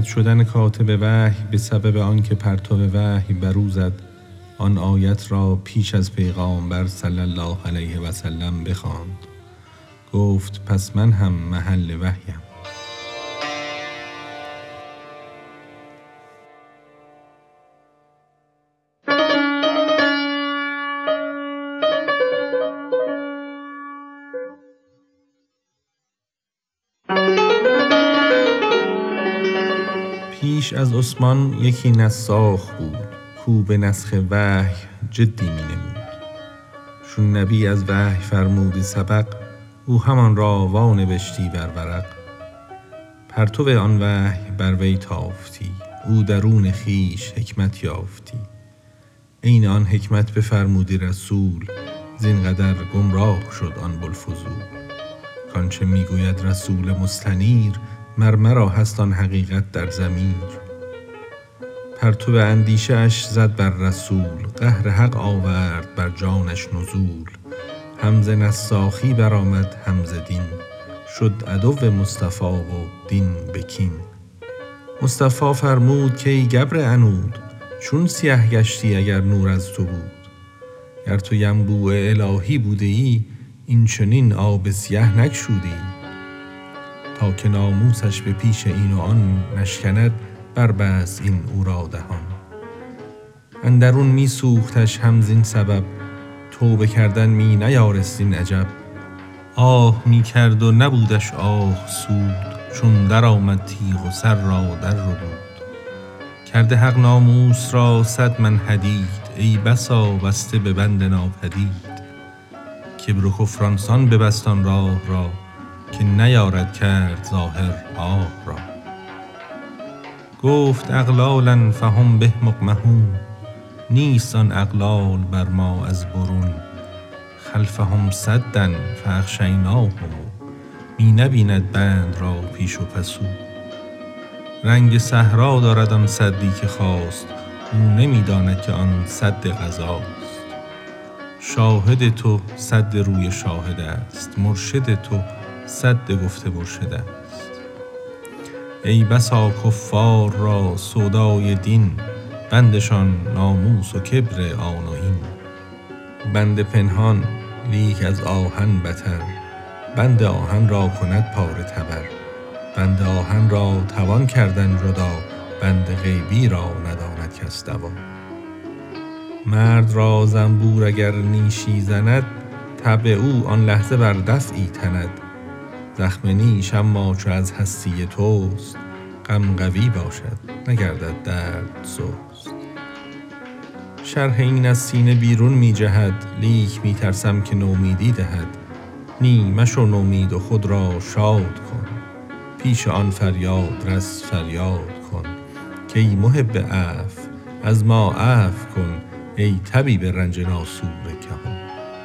شدن کاتب وحی به سبب آنکه پرتو وحی برو زد، آن آیت را پیش از پیغامبر صلی الله علیه و سلم بخواند. گفت پس من هم محل وحیم. پیش از عثمان یکی نساخ بود کو به نسخ وحی جدی می نمود. چون نبی از وحی فرمودی سبق، او همان را وانوشتی بر ورق. پرتو آن وحی بر وی تافتی، او درون خویش حکمت یافتی. عین آن حکمت بفرمودی رسول، زین قدر گمراه شد آن بوالفضول. کانچه می گوید رسول مستنیر، مرمرا هست آن حقیقت در ضمیر. پرتو اندیشه اش زد بر رسول، قهر حق آورد بر جانش نزول. هم ز نساخی برآمد هم ز دین، شد عدو مصطفی و دین به کین. مصطفی فرمود که ای گبر عنود، چون سیه گشتی اگر نور از تو بود. گر تو ینبوع الهی بوده ای، این چنین آب سیه نگشودی. تا که ناموسش به پیش این و آن نشکند، بربست این او را دهان. اندرون می سوختش هم زین سبب، توبه کردن می نیارست این عجب. آه می کرد و نبودش آه سود، چون در آمد تیغ و سر را در ربود. کرده حق ناموس را 100 من حدید، ای بسا بسته به بند ناپدید. کبر و کفر آنسان ببست آن راه را، که نیارد کرد ظاهر آه را. گفت اغلالا فهم به مقمحون، نیست آن اغلال بر ما از برون. خلفهم سدا فاغشیناهم، می نبیند بند را پیش و پسو. رنگ صحرا دارد آن سدی که خواست، او نمی داند که آن سد قضاست. شاهد تو سد روی شاهد است، مرشد تو سد گفت مرشد است. ای بسا کفار را سودای دین، بندشان ناموس و کبر آن و این. بند پنهان لیک از آهن بتر، بند آهن را کند پاره تبر. بند آهن را توان کردن جدا، بند غیبی را نداند کس دوا. مرد را زنبور اگر نیشی زند، طبع او آن لحظه بر دفعی تند. زخم نیش اما چو از هستی توست، غم قوی باشد نگردد درد سست. شرح این از سینه بیرون می جهد، لیک می ترسم که نومیدی دهد. نی مشو نومید و خود را شاد کن، پیش آن فریاد رس فریاد کن. که ای محب عفو از ما عفو کن، ای طبیب رنج ناسور کهن.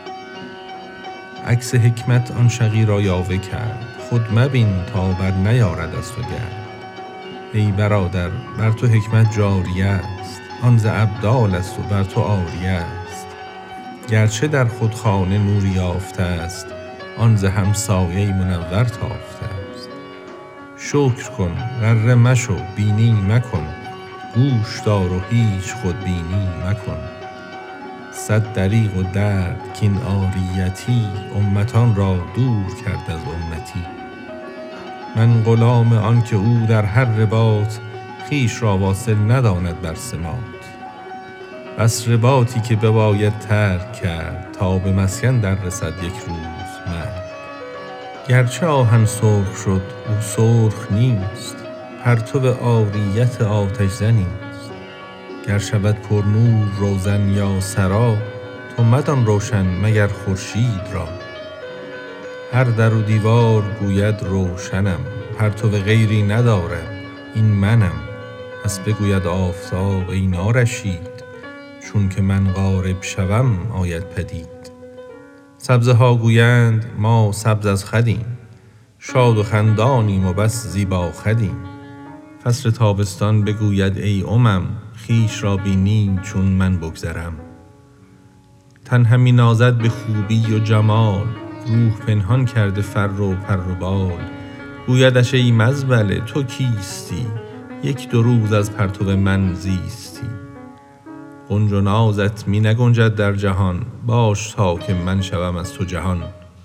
عکس حکمت آن شقی را یاوه کرد، خود مبین تا بر نیارد از تو گرد. ای برادر بر تو حکمت جاریه است، آن ز ابدال است و بر تو عاریه است. گرچه در خود خانه نوری یافته است، آن ز همسایه منور تافته است. شکر کن غره مشو بینی مکن، گوش دار و هیچ خودبینی مکن. 100 دریغ و درد کین عاریتی، امتان را دور کرد از امتی. من غلام آن که او در هر رباط، خویش را واصل نداند بر سماط. بس رباطی که بباید ترک کرد، تا به مسکن در رسد یک روز مرگ. گرچه آهن سرخ شد او سرخ نیست، پرتو عاریت آتش زنی است. گر شود پر نور روزن یا سرا، تو مدان روشن مگر خورشید را. هر در و دیوار گوید روشنم، پرتو غیری ندارد این منم. پس بگوید آفتاب ای نارشید، چون که من غارب شوم آید پدید. سبزه ها گویند ما سبز از خدیم، شاد و خندانیم و بس زیبا خدیم. فصل تابستان بگوید ای خویش را بینی چون من بگذرم. تن همی نازد به خوبی و جمال، روح پنهان کرده فر و پر و بال. گویدش ای مزبله تو کیستی، یک دو روز از پرتو من زیستی. غنج و نازت می نگنجد در جهان، باش تا که من شوم از تو جهان.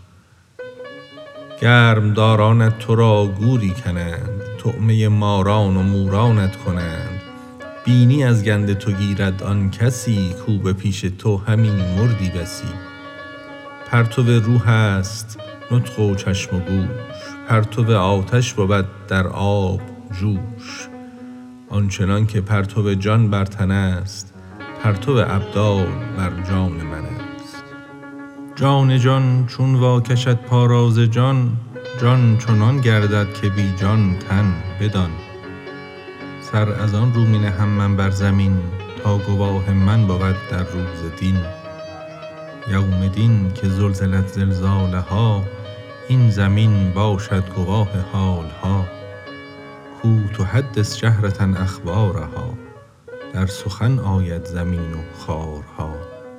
گرم دارانت تو را گوری کنند، طعمه ماران و مورانت کنند. بینی از گند تو گیرد آن کسی، کو به پیش تو همی مردی بسی. پرتو روح است نطق و چشم و گوش، پرتو آتش بود در آب جوش. آنچنان که پرتو جان بر تن است، پرتو ابدال بر جان من است. جان جان چون واکشد پاراز جان، جان چنان گردد که بی جان تن بدان. سر از آن رو می نهم من بر زمین، تا گواه من بود در روز دین. یوم دین که زلزلت زلزالها، این زمین باشد گواه حالها. کو تحدث جهرة اخبارها، در سخن آید زمین و خارها.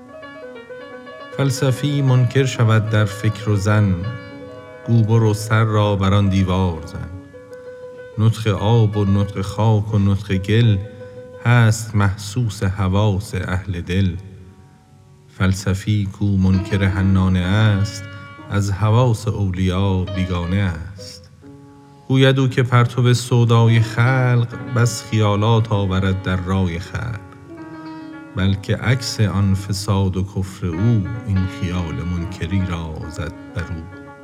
فلسفی منکر شود در فکر و ظن، گو برو سر را بر آن دیوار زن. نطق آب و نطق خاک و نطق گل، هست محسوس حواس اهل دل. فلسفی کو منکر حنانه است، از حواس اولیا بیگانه است. گوید او که پرتو سودای خلق، بس خیالات آورد در رای خلق. بلکه عکس آن فساد و کفر او، این خیال منکری را زد بر او.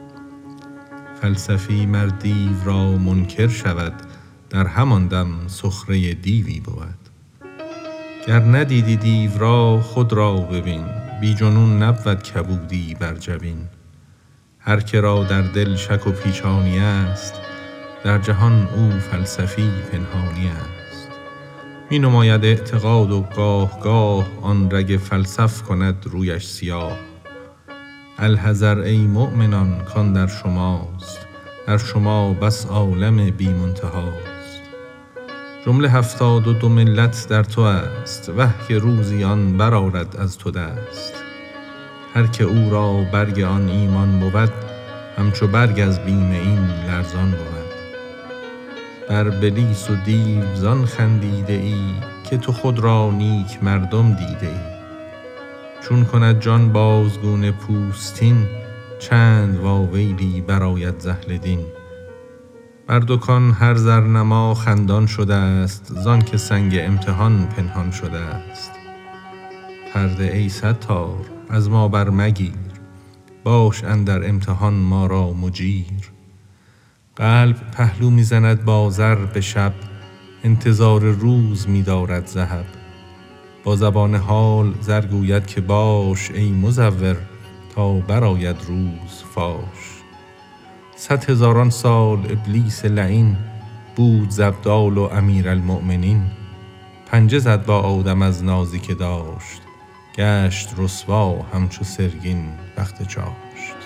فلسفی مر دیو را منکر شود، در همان دم سخره دیوی بود. گر ندیدی دیو را خود را ببین، بی جنون نبود کبودی بر جبین. هر که را در دل شک و پیچانی است، در جهان او فلسفی پنهانی است. می نماید اعتقاد و گاه گاه، آن رگ فلسف کند رویش سیاه. الحذر ای مؤمنان کان در شماست، در شما بس عالم بی منتهاست. جمله 72 ملت در تو است، وه که روزی آن برآرد از تو دست. هر که او را برگ آن ایمان بود، همچو برگ از بیم این لرزان بود. بر بلیس و دیو زان خندیده ای، که تو خود را نیک مردم دیده ای. چون کند جان بازگونه پوستین، چند واویلی برآید ز اهل دین. بر دکان هر زرنما خندان شده است، زان که سنگ امتحان پنهان شده است. پرده ای ستار از ما بر مگیر، باش اندر امتحان ما را مجیر. قلب پهلو می زند با زر به شب، انتظار روز می دارد ذهب. با زبان حال زر گوید که باش، ای مزور تا برآید روز فاش. 100,000 سال ابلیس لعین، بود ز ابدال و امیرالمؤمنین. پنجه زد با آدم از نازی که داشت، گشت رسوا همچو سرگین وقت چاشت.